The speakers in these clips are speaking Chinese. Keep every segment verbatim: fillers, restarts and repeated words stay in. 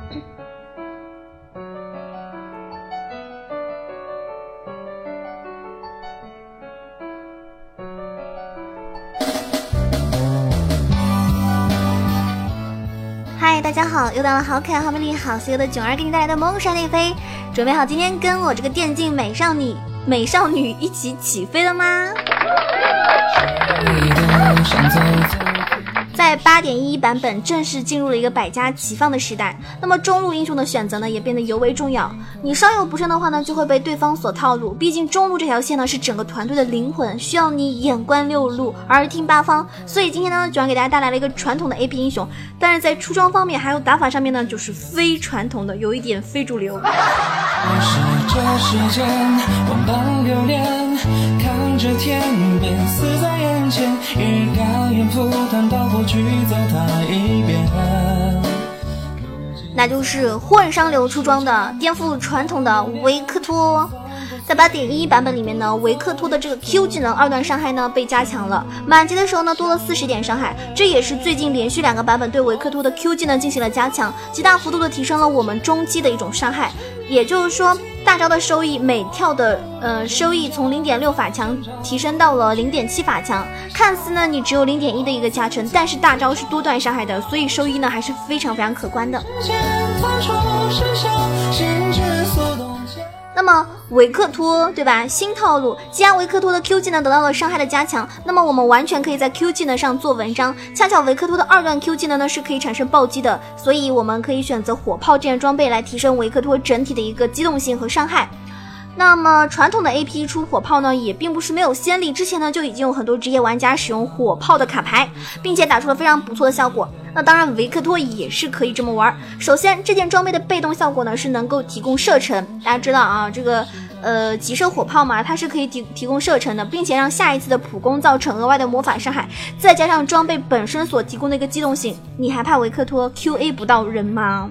嗨，大家好，又到了好可爱、好美丽、好邪恶的囧儿给你带来的梦闪内飞，准备好今天跟我这个电竞美少女美少女一起起飞了吗？在 八点一 版本正式进入了一个百家齐放的时代，那么中路英雄的选择呢也变得尤为重要。你稍有不慎的话呢，就会被对方所套路，毕竟中路这条线呢是整个团队的灵魂，需要你眼观六路，耳听八方。所以今天呢，就要给大家带来了一个传统的 A P 英雄，但是在出装方面还有打法上面呢，就是非传统的，有一点非主流。 是这世间万般流连，看着天边死在眼前，也甘愿赴汤蹈火去走它一遍。 那就是混伤流出装的颠覆传统的维克托。在 八点一 版本里面呢，维克托的这个 Q 技能二段伤害呢被加强了，满级的时候呢多了四十点伤害，这也是最近连续两个版本对维克托的 Q 技能进行了加强，极大幅度的提升了我们中期的一种伤害。也就是说，大招的收益每跳的呃收益从 零点六 法强提升到了 零点七 法强，看似呢你只有 零点一 的一个加成，但是大招是多段伤害的，所以收益呢还是非常非常可观的。那么维克托对吧，新套路，既然维克托的 Q 技能得到了伤害的加强，那么我们完全可以在 Q 技能上做文章，恰巧维克托的二段 Q 技能呢是可以产生暴击的，所以我们可以选择火炮这件装备来提升维克托整体的一个机动性和伤害。那么传统的 A P 出火炮呢也并不是没有先例，之前呢就已经有很多职业玩家使用火炮的卡牌，并且打出了非常不错的效果。那当然维克托也是可以这么玩。首先这件装备的被动效果呢是能够提供射程，大家知道啊，这个呃急射火炮嘛，它是可以提提供射程的，并且让下一次的普攻造成额外的魔法伤害，再加上装备本身所提供的一个机动性，你还怕维克托 Q A 不到人吗？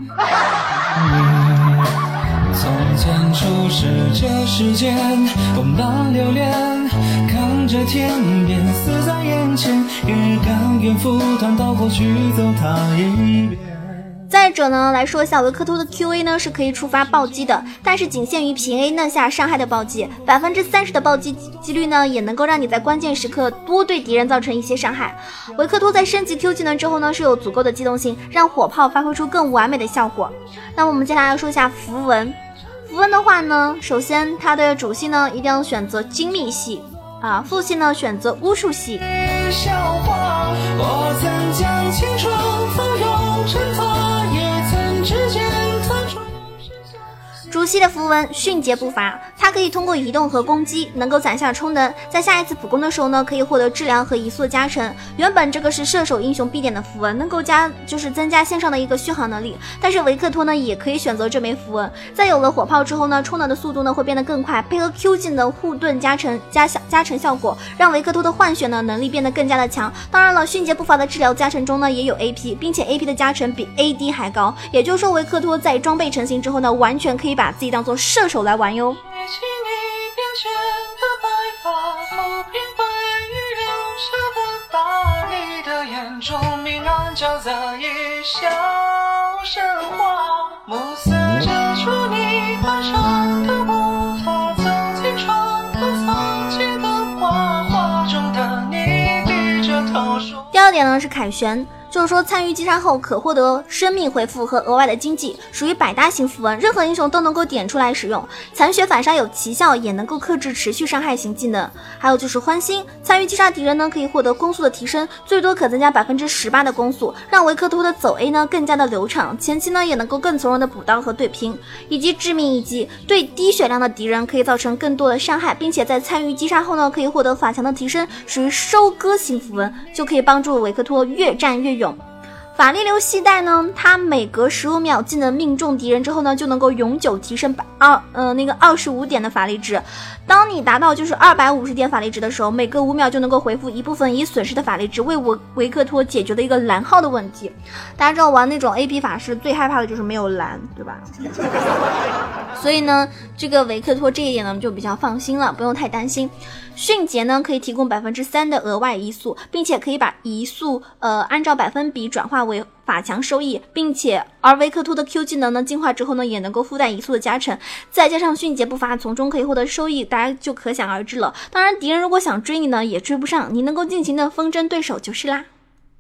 从前初识这世间万般流连，看着天边死在眼前，也甘愿赴汤蹈火去走它一遍。 再者呢，来说一下维克托的 Q A 呢是可以触发暴击的，但是仅限于平 A 嫩下伤害的暴击， 百分之三十 的暴击几率呢也能够让你在关键时刻多对敌人造成一些伤害。维克托在升级 Q 技能之后呢是有足够的机动性，让火炮发挥出更完美的效果。那我们接下来要说一下符文。符文的话呢，首先它的主系呢一定要选择精密系啊，副系呢选择巫术系。 笑话，我曾将青春翻涌成河，也曾指尖弹出。 主系的符文迅捷步伐，它可以通过移动和攻击能够攒下充能，在下一次普攻的时候呢可以获得质量和移速的加成。原本这个是射手英雄必点的符文，能够加就是增加线上的一个续航能力，但是维克托呢也可以选择这枚符文。在有了火炮之后呢，充能的速度呢会变得更快，配合 Q 技能护盾加成加加成效果，让维克托的换血呢能力变得更加的强。当然了，迅捷步伐的治疗加成中呢也有 A P， 并且 A P 的加成比 A D 还高，也就是说维克托在装备成型之后呢，完全可以把自己当做射手来玩哟。第二点呢是凯旋，就是说参与击杀后可获得生命回复和额外的经济，属于百搭型符文，任何英雄都能够点出来使用。残血反杀有奇效，也能够克制持续伤害型技能。还有就是欢心，参与击杀敌人呢可以获得攻速的提升，最多可增加 百分之十八 的攻速，让维克托的走 A 呢更加的流畅，前期呢也能够更从容的补刀和对拼。以及致命一击，对低血量的敌人可以造成更多的伤害，并且在参与击杀后呢可以获得法强的提升，属于收割型符文，就可以帮助维克托越战越勇。法力流系带呢，它每隔十五秒技能命中敌人之后呢，就能够永久提升二呃那个二十五点的法力值。当你达到就是二百五十点法力值的时候，每隔五秒就能够回复一部分已损失的法力值，为维维克托解决了一个蓝耗的问题。大家知道玩那种 A P 法师最害怕的就是没有蓝，对吧？所以呢，这个维克托这一点呢就比较放心了，不用太担心。迅捷呢可以提供 百分之三 的额外移速，并且可以把移速呃按照百分比转化为法强收益，并且而维克托的 Q 技能呢进化之后呢也能够附带移速的加成，再加上迅捷步伐从中可以获得收益，大家就可想而知了。当然敌人如果想追你呢也追不上，你能够尽情的风筝对手就是啦。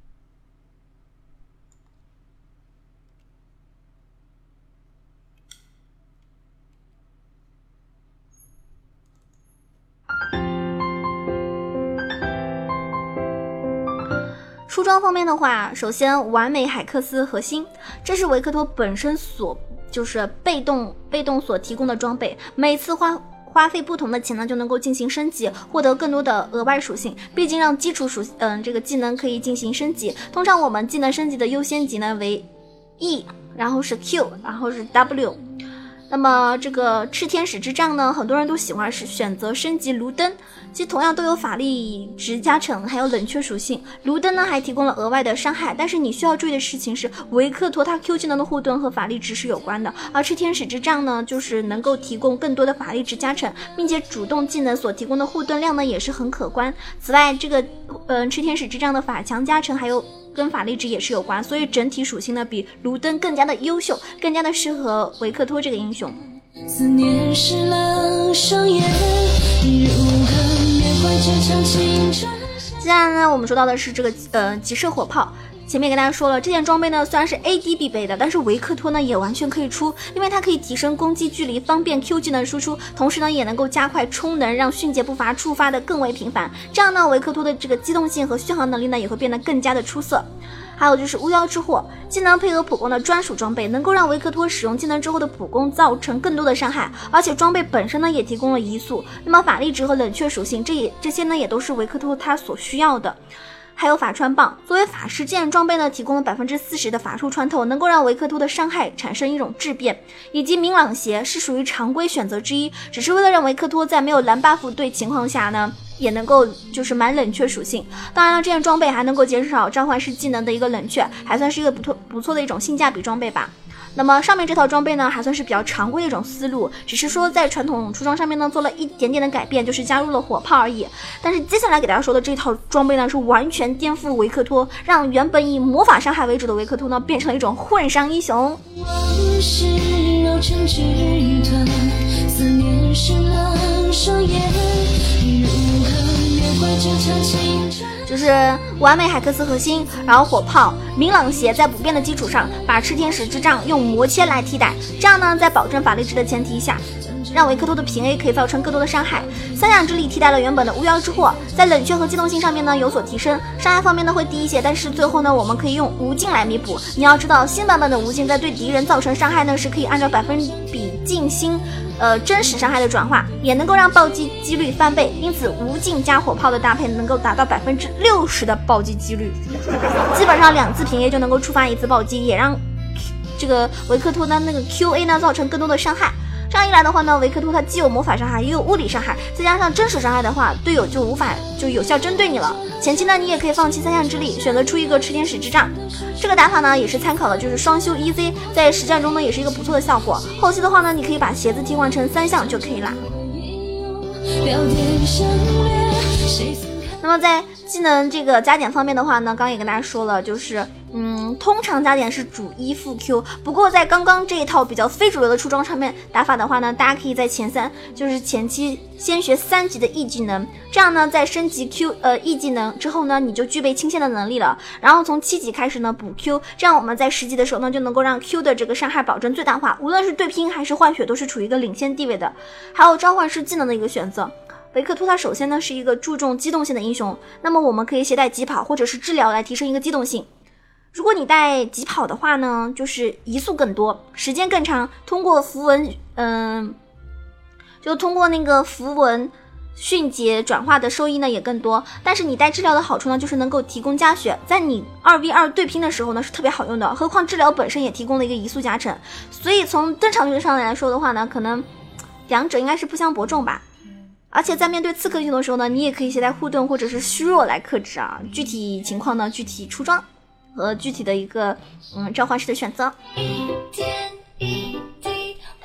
出装方面的话，首先完美海克斯核心，这是维克托本身所就是被动被动所提供的装备，每次花花费不同的钱呢就能够进行升级，获得更多的额外属性，毕竟让基础属嗯这个技能可以进行升级。通常我们技能升级的优先级呢为 E， 然后是 Q， 然后是 W。那么这个炽天使之杖呢，很多人都喜欢是选择升级卢登，其实同样都有法力值加成，还有冷却属性。卢登呢还提供了额外的伤害，但是你需要注意的事情是，维克托他 Q 技能的护盾和法力值是有关的，而炽天使之杖呢，就是能够提供更多的法力值加成，并且主动技能所提供的护盾量呢也是很可观。此外，这个嗯、呃、炽天使之杖的法强加成还有跟法力值也是有关，所以整体属性呢比卢登更加的优秀，更加的适合维克托这个英雄。 思念是冷双眼，如何缅怀这场青春。 接下来呢，我们说到的是这个呃急射火炮。前面跟大家说了，这件装备呢虽然是 A D 必备的，但是维克托呢也完全可以出，因为它可以提升攻击距离，方便 Q 技能输出，同时呢也能够加快充能，让迅捷步伐触发的更为频繁。这样呢，维克托的这个机动性和续航能力呢也会变得更加的出色。还有就是巫妖之祸，技能配合普攻的专属装备，能够让维克托使用技能之后的普攻造成更多的伤害，而且装备本身呢也提供了移速，那么法力值和冷却属性，这也这些呢也都是维克托他所需要的。还有法穿棒作为法师剑装备呢，提供了 百分之四十 的法术穿透，能够让维克托的伤害产生一种质变。以及明朗鞋是属于常规选择之一，只是为了让维克托在没有蓝 buff 对情况下呢也能够就是满冷却属性。当然了，这件装备还能够减少召唤师技能的一个冷却，还算是一个不错不错的一种性价比装备吧。那么上面这套装备呢还算是比较常规的一种思路，只是说在传统出装上面呢做了一点点的改变，就是加入了火炮而已。但是接下来给大家说的这套装备呢是完全颠覆维克托，让原本以魔法伤害为主的维克托呢变成了一种混伤英雄。 往事揉成纸团，思念是冷双眼，如何缅怀这场青春。 就是完美海克斯核心，然后火炮、明朗鞋在不变的基础上，把炽天使之杖用魔切来替代，这样呢，在保证法力值的前提下，让维克托的平 A 可以造成更多的伤害。三样之力替代了原本的巫妖之祸，在冷却和机动性上面呢有所提升，伤害方面呢会低一些，但是最后呢我们可以用无尽来弥补。你要知道，新版本的无尽在对敌人造成伤害呢是可以按照百分比进行呃真实伤害的转化，也能够让暴击几率翻倍，因此无尽加火炮的搭配能够达到百分之六十的暴击几率，基本上两次平 A 就能够触发一次暴击，也让这个维克托的那个 Q A 呢造成更多的伤害。这样一来的话呢，维克托它既有魔法伤害也有物理伤害，再加上真实伤害的话，队友就无法就有效针对你了。前期呢你也可以放弃三项之力，选择出一个炽天使之杖，这个打法呢也是参考了就是双修 E Z， 在实战中呢也是一个不错的效果。后期的话呢你可以把鞋子替换成三项就可以啦。那么在技能这个加点方面的话呢，刚刚也跟大家说了，就是嗯，通常加点是主一副 Q， 不过在刚刚这一套比较非主流的出装上面打法的话呢，大家可以在前三，就是前期先学三级的 E 技能，这样呢在升级 Q 呃 E 技能之后呢，你就具备清线的能力了，然后从七级开始呢补 Q， 这样我们在十级的时候呢就能够让 Q 的这个伤害保证最大化，无论是对拼还是换血都是处于一个领先地位的。还有召唤师技能的一个选择，维克托他首先呢是一个注重机动性的英雄，那么我们可以携带疾跑或者是治疗来提升一个机动性。如果你带疾跑的话呢，就是移速更多，时间更长，通过符文嗯、呃，就通过那个符文迅捷转化的收益呢也更多。但是你带治疗的好处呢就是能够提供加血，在你 二 v 二 对拼的时候呢是特别好用的，何况治疗本身也提供了一个移速加成，所以从登场率上来说的话呢，可能两者应该是不相伯仲吧。而且在面对刺客英雄的时候呢，你也可以携带护盾或者是虚弱来克制啊，具体情况呢具体出装和具体的一个嗯召唤师的选择。一点一滴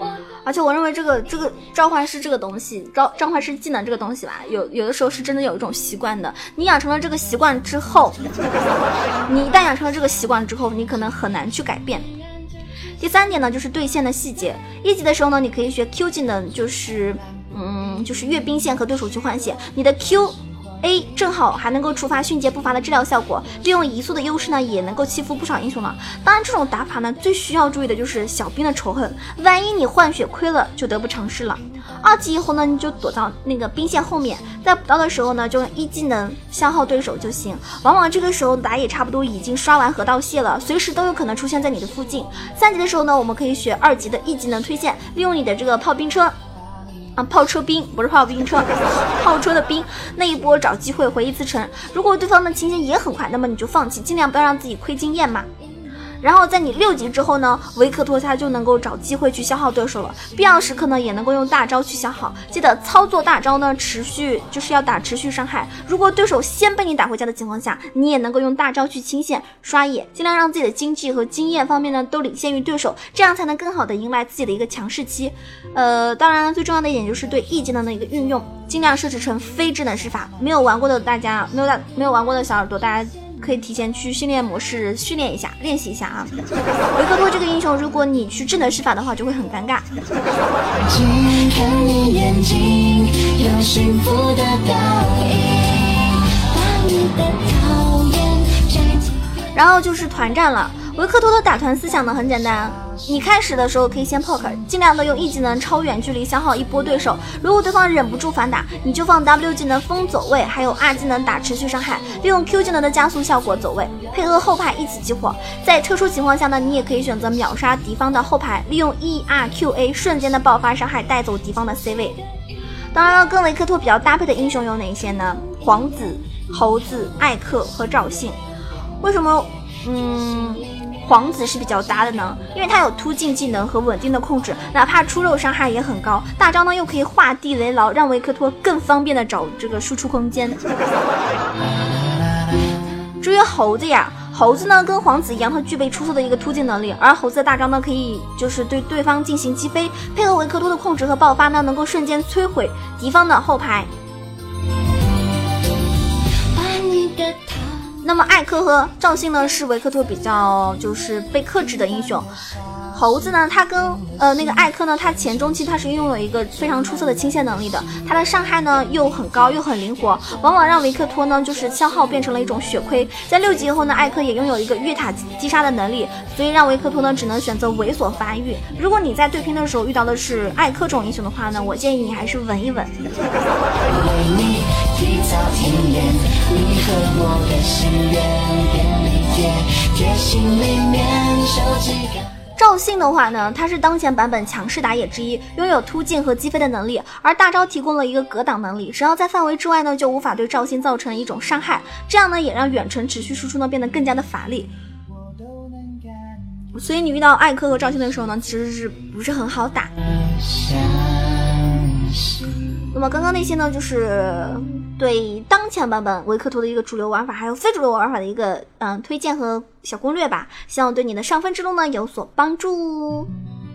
而且我认为这个这个召唤师这个东西，召召唤师技能这个东西吧，有有的时候是真的有一种习惯的。你养成了这个习惯之后，你一旦养成了这个习惯之后，你可能很难去改变。第三点呢，就是对线的细节。一级的时候呢，你可以学 Q 技能，就是嗯，就是越兵线和对手去换血。你的 Q A 正好还能够触发迅捷步伐的治疗效果，利用移速的优势呢，也能够欺负不少英雄了。当然，这种打法呢，最需要注意的就是小兵的仇恨，万一你换血亏了，就得不偿失了。二级以后呢，你就躲到那个兵线后面，在补刀的时候呢，就用一技能消耗对手就行。往往这个时候打野差不多已经刷完河道蟹了，随时都有可能出现在你的附近。三级的时候呢，我们可以学二级的一技能推线，利用你的这个炮兵车。啊，炮车兵不是炮兵车，炮车的兵那一波找机会回一次城。如果对方的清线也很快，那么你就放弃，尽量不要让自己亏经验嘛。然后在你六级之后呢，维克托他就能够找机会去消耗对手了，必要时刻呢也能够用大招去消耗。记得操作大招呢，持续就是要打持续伤害。如果对手先被你打回家的情况下，你也能够用大招去清线刷野，尽量让自己的经济和经验方面呢都领先于对手，这样才能更好的迎来自己的一个强势期。呃，当然最重要的一点就是对 E 技能的一个运用，尽量设置成非智能施法。没有玩过的大家，没有大没有玩过的小耳朵，大家可以提前去训练模式训练一下，练习一下啊。维克托这个英雄，如果你去智能施法的话，就会很尴尬。看你眼睛有幸福的倒影，把你的讨厌摘记。然后就是团战了。维克托的打团思想呢很简单，你开始的时候可以先 poke， 尽量的用 E 技能超远距离消耗一波对手，如果对方忍不住反打，你就放 W 技能封走位，还有 R 技能打持续伤害，利用 Q 技能的加速效果走位，配合后排一起激活。在特殊情况下呢，你也可以选择秒杀敌方的后排，利用 E R Q A 瞬间的爆发伤害带走敌方的 C 位。当然了，跟维克托比较搭配的英雄有哪些呢？皇子、猴子、艾克和赵信。为什么嗯皇子是比较搭的呢？因为它有突进技能和稳定的控制，哪怕出肉伤害也很高。大招呢又可以画地为牢，让维克托更方便的找这个输出空间。至于猴子呀，猴子呢跟皇子一样，它具备出色的一个突进能力，而猴子的大招呢可以就是对对方进行击飞，配合维克托的控制和爆发呢，能够瞬间摧毁敌方的后排。那么艾克和赵信呢是维克托比较就是被克制的英雄。猴子呢，他跟呃那个艾克呢，他前中期他是拥有一个非常出色的清线能力的，他的伤害呢又很高又很灵活，往往让维克托呢就是消耗变成了一种血亏。在六级以后呢，艾克也拥有一个越塔击杀的能力，所以让维克托呢只能选择猥琐发育。如果你在对拼的时候遇到的是艾克这种英雄的话呢，我建议你还是稳一稳。提早应验你和我的心愿，便理解贴心里面手机感。赵信的话呢，他是当前版本强势打野之一，拥有突进和击飞的能力，而大招提供了一个格挡能力，只要在范围之外呢，就无法对赵信造成一种伤害，这样呢也让远程持续输出呢变得更加的乏力。所以你遇到艾克和赵信的时候呢，其实是不是很好打。那么刚刚那些呢，就是对当前版本维克托的一个主流玩法，还有非主流玩法的一个嗯推荐和小攻略吧，希望对你的上分之路呢有所帮助。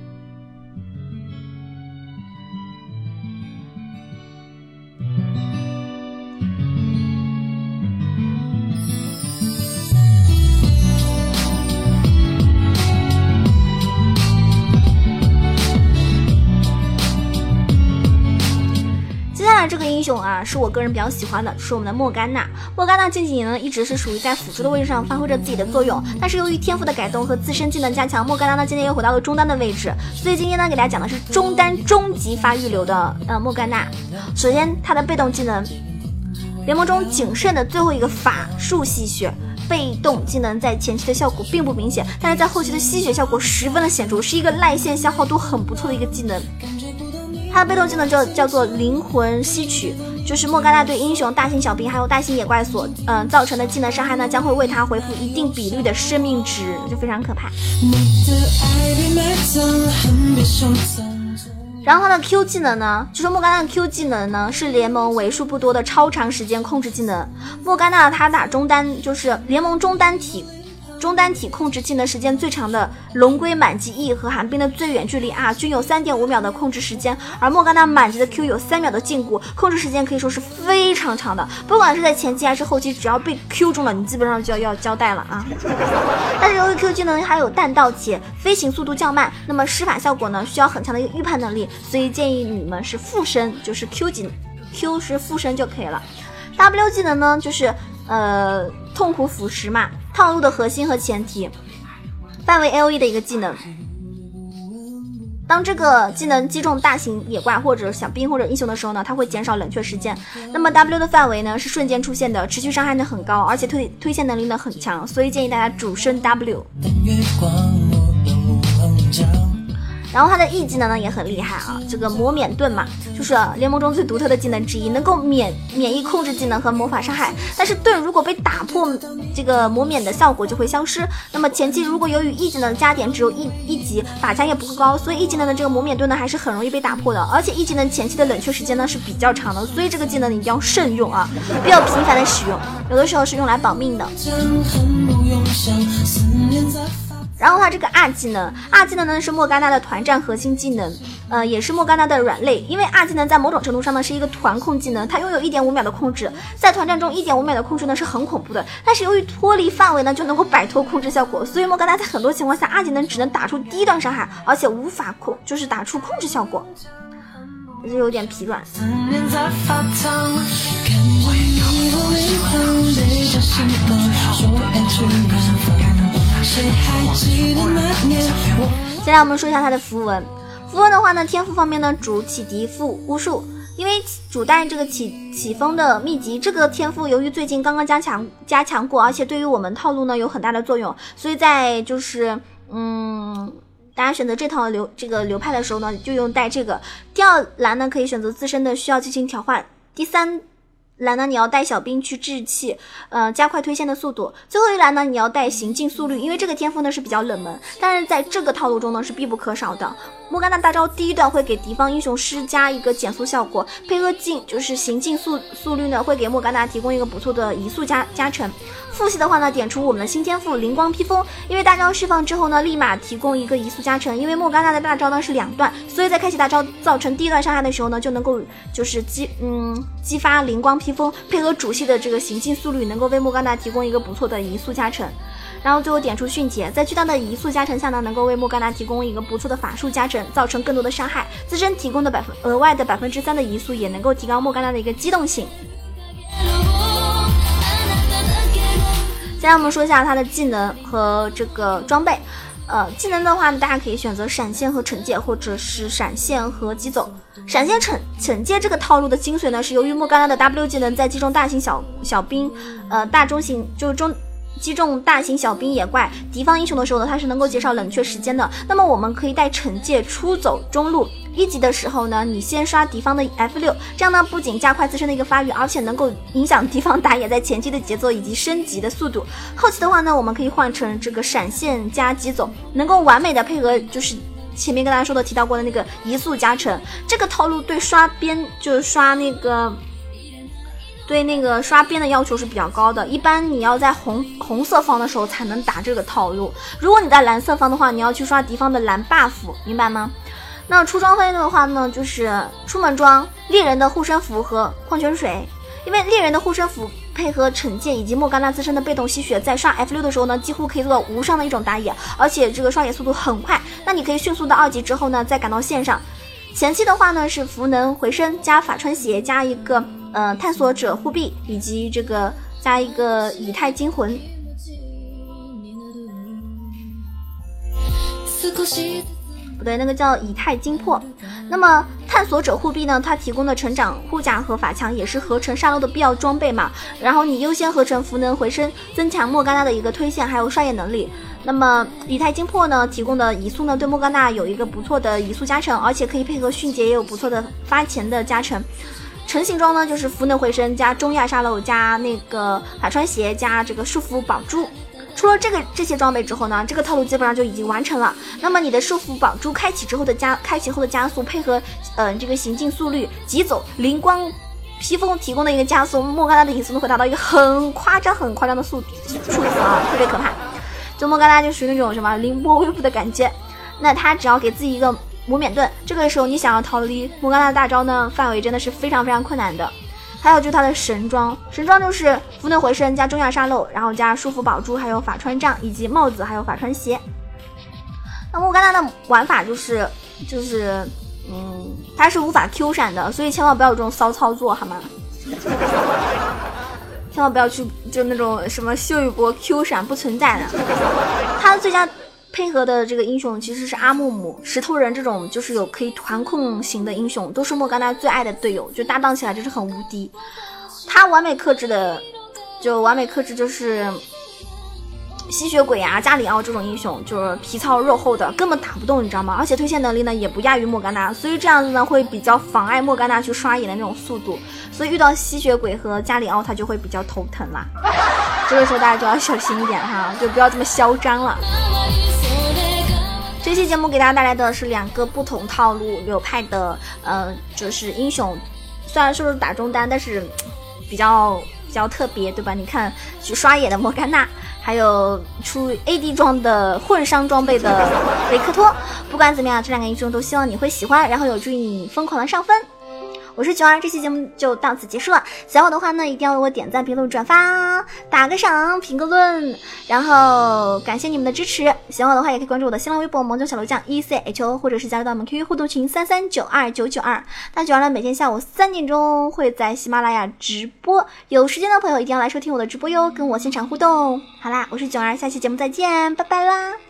这个英雄啊，是我个人比较喜欢的，是我们的莫甘娜。莫甘娜近几年呢，一直是属于在辅助的位置上发挥着自己的作用，但是由于天赋的改动和自身技能加强，莫甘娜呢今天又回到了中单的位置。所以今天呢，给大家讲的是中单中级发育流的呃莫甘娜。首先，她的被动技能，联盟中仅剩的最后一个法术吸血。被动技能在前期的效果并不明显，但是在后期的吸血效果十分的显著，是一个赖线消耗度很不错的一个技能。它的被动技能就叫做灵魂吸取，就是莫甘娜对英雄、大型小兵还有大型野怪所嗯、呃、造成的技能伤害呢，将会为它回复一定比率的生命值，就非常可怕。然后它的 Q 技能呢，就是莫甘娜的 Q 技能呢，是联盟为数不多的超长时间控制技能。莫甘娜她打中单，就是联盟中单体中单体控制技能时间最长的龙龟满级 E 和寒冰的最远距离 R 均有 三点五秒的控制时间，而莫甘娜满级的 Q 有三秒的禁锢，控制时间可以说是非常长的，不管是在前期还是后期，只要被 Q 中了，你基本上就要要交代了啊。但是由于 Q 技能还有弹道且飞行速度较慢，那么施法效果呢需要很强的一个预判能力，所以建议你们是附身，就是 Q 技能 Q 是附身就可以了。W 技能呢就是呃痛苦腐蚀嘛，套路的核心和前提，范围 A O E 的一个技能。当这个技能击中大型野怪或者小兵或者英雄的时候呢，它会减少冷却时间。那么 W 的范围呢是瞬间出现的，持续伤害呢很高，而且推推线能力呢很强，所以建议大家主升 W。然后它的 E 技能呢也很厉害啊，这个魔免盾嘛，就是联盟中最独特的技能之一，能够免免疫控制技能和魔法伤害。但是盾如果被打破，这个魔免的效果就会消失。那么前期如果由于 E 技能加点只有一一级，打枪也不够高，所以 E 技能的这个魔免盾呢还是很容易被打破的。而且 E 技能前期的冷却时间呢是比较长的，所以这个技能你一定要慎用啊，不要频繁的使用，有的时候是用来保命的。然后它这个 R 技能 ，R 技能呢是莫甘娜的团战核心技能，呃，也是莫甘娜的软肋。因为 R 技能在某种程度上呢是一个团控技能，它拥有 一点五秒的控制，在团战中 一点五秒的控制呢是很恐怖的。但是由于脱离范围呢就能够摆脱控制效果，所以莫甘娜在很多情况下 R 技能只能打出第一段伤害，而且无法控，就是打出控制效果，也就有点疲软。接下来我们说一下它的符文。符文的话呢，天赋方面呢主启迪副巫术，因为主带这个起起风的秘籍，这个天赋由于最近刚刚加强加强过，而且对于我们套路呢有很大的作用，所以在就是嗯大家选择这套流这个流派的时候呢，就用带这个。第二栏呢可以选择自身的需要进行调换，第三栏呢，你要带小兵去制气，呃，加快推线的速度。最后一栏呢，你要带行进速率，因为这个天赋呢是比较冷门，但是在这个套路中呢是必不可少的。莫甘娜大招第一段会给敌方英雄施加一个减速效果，配合进就是行进速速率呢，会给莫甘娜提供一个不错的移速加加成。副系的话呢，点出我们的新天赋灵光披风，因为大招释放之后呢，立马提供一个移速加成。因为莫甘娜的大招呢是两段，所以在开启大招造成第一段伤害的时候呢，就能够就是激嗯激发灵光披风，配合主系的这个行进速率，能够为莫甘娜提供一个不错的移速加成。然后最后点出迅捷，在巨大的移速加成下呢，能够为莫甘娜提供一个不错的法术加成，造成更多的伤害。自身提供的百分额外的百分之三的移速，也能够提高莫甘娜的一个机动性。现在我们说一下它的技能和这个装备。呃，技能的话大家可以选择闪现和惩戒，或者是闪现和击走。闪现惩惩戒这个套路的精髓呢，是由于莫甘娜的 W 技能在击中大型小小兵，呃，大中型就是中。击中大型小兵野怪敌方英雄的时候呢，它是能够减少冷却时间的。那么我们可以带惩戒出走中路，一级的时候呢，你先刷敌方的 F 六， 这样呢不仅加快自身的一个发育，而且能够影响敌方打野在前期的节奏以及升级的速度。后期的话呢，我们可以换成这个闪现加击走，能够完美的配合就是前面跟大家说的提到过的那个移速加成。这个套路对刷边就是刷那个对那个刷边的要求是比较高的，一般你要在红红色方的时候才能打这个套路，如果你在蓝色方的话，你要去刷敌方的蓝 buff， 明白吗？那出装备的话呢，就是出门装、猎人的护身符和矿泉水，因为猎人的护身符配合惩戒以及莫甘娜自身的被动吸血，在刷 F 六 的时候呢，几乎可以做到无伤的一种打野，而且这个刷野速度很快，那你可以迅速到二级之后呢，再赶到线上。前期的话呢是符能回身加法穿鞋加一个呃探索者护臂，以及这个加一个以太惊魂。不对，那个叫以太惊破。那么探索者护臂呢，它提供的成长护甲和法强也是合成沙漏的必要装备嘛，然后你优先合成符能回身，增强莫甘娜的一个推线还有刷野能力。那么以太惊破呢提供的移速呢，对莫甘娜有一个不错的移速加成，而且可以配合迅捷也有不错的发钱的加成。成型装呢就是符能回身加中亚沙漏加那个法穿鞋加这个束缚宝珠。除了这个这些装备之后呢，这个套路基本上就已经完成了。那么你的束缚宝珠开启之后的加开启后的加速，配合呃这个行进速率、疾走、灵光披风提供的一个加速，莫甘娜的移速会达到一个很夸张很夸张的速数值啊，特别可怕。 就莫甘娜就属于那种什么凌波微步的感觉。那他只要给自己一个无冕盾，这个时候你想要逃离莫甘娜的大招呢，范围真的是非常非常困难的。还有就是他的神装，神装就是符内回声加中亚沙漏，然后加束缚宝珠，还有法穿杖以及帽子，还有法穿鞋。那莫甘娜的玩法就是就是嗯，他是无法 Q 闪的，所以千万不要有这种骚操作好吗？千万不要去就那种什么秀一波 Q 闪，不存在的。他最佳配合的这个英雄其实是阿木姆、石头人这种就是有可以团控型的英雄，都是莫甘娜最爱的队友，就搭档起来就是很无敌。他完美克制的，就完美克制就是吸血鬼啊、加里奥这种英雄，就是皮糙肉厚的，根本打不动，你知道吗？而且推线能力呢也不亚于莫甘娜，所以这样子呢会比较妨碍莫甘娜去刷野的那种速度，所以遇到吸血鬼和加里奥他就会比较头疼啦。这个时候大家就要小心一点哈，就不要这么嚣张了。这期节目给大家带来的是两个不同套路流派的呃，就是英雄，虽然说是打中单，但是比较比较特别，对吧？你看去刷野的莫甘娜，还有出 A D 装的混伤装备的维克托。不管怎么样，这两个英雄都希望你会喜欢，然后有助于你疯狂的上分。我是九儿，这期节目就到此结束了。喜欢我的话呢，一定要为我点赞、评论、转发，打个赏、评个论，然后感谢你们的支持。喜欢我的话，也可以关注我的新浪微博萌种小楼酱 E C H O， 或者是加入到我们 Q Q 互动群三三九二九九二。那九儿呢，每天下午三点钟会在喜马拉雅直播，有时间的朋友一定要来收听我的直播哟，跟我现场互动。好啦，我是九儿，下期节目再见，拜拜啦。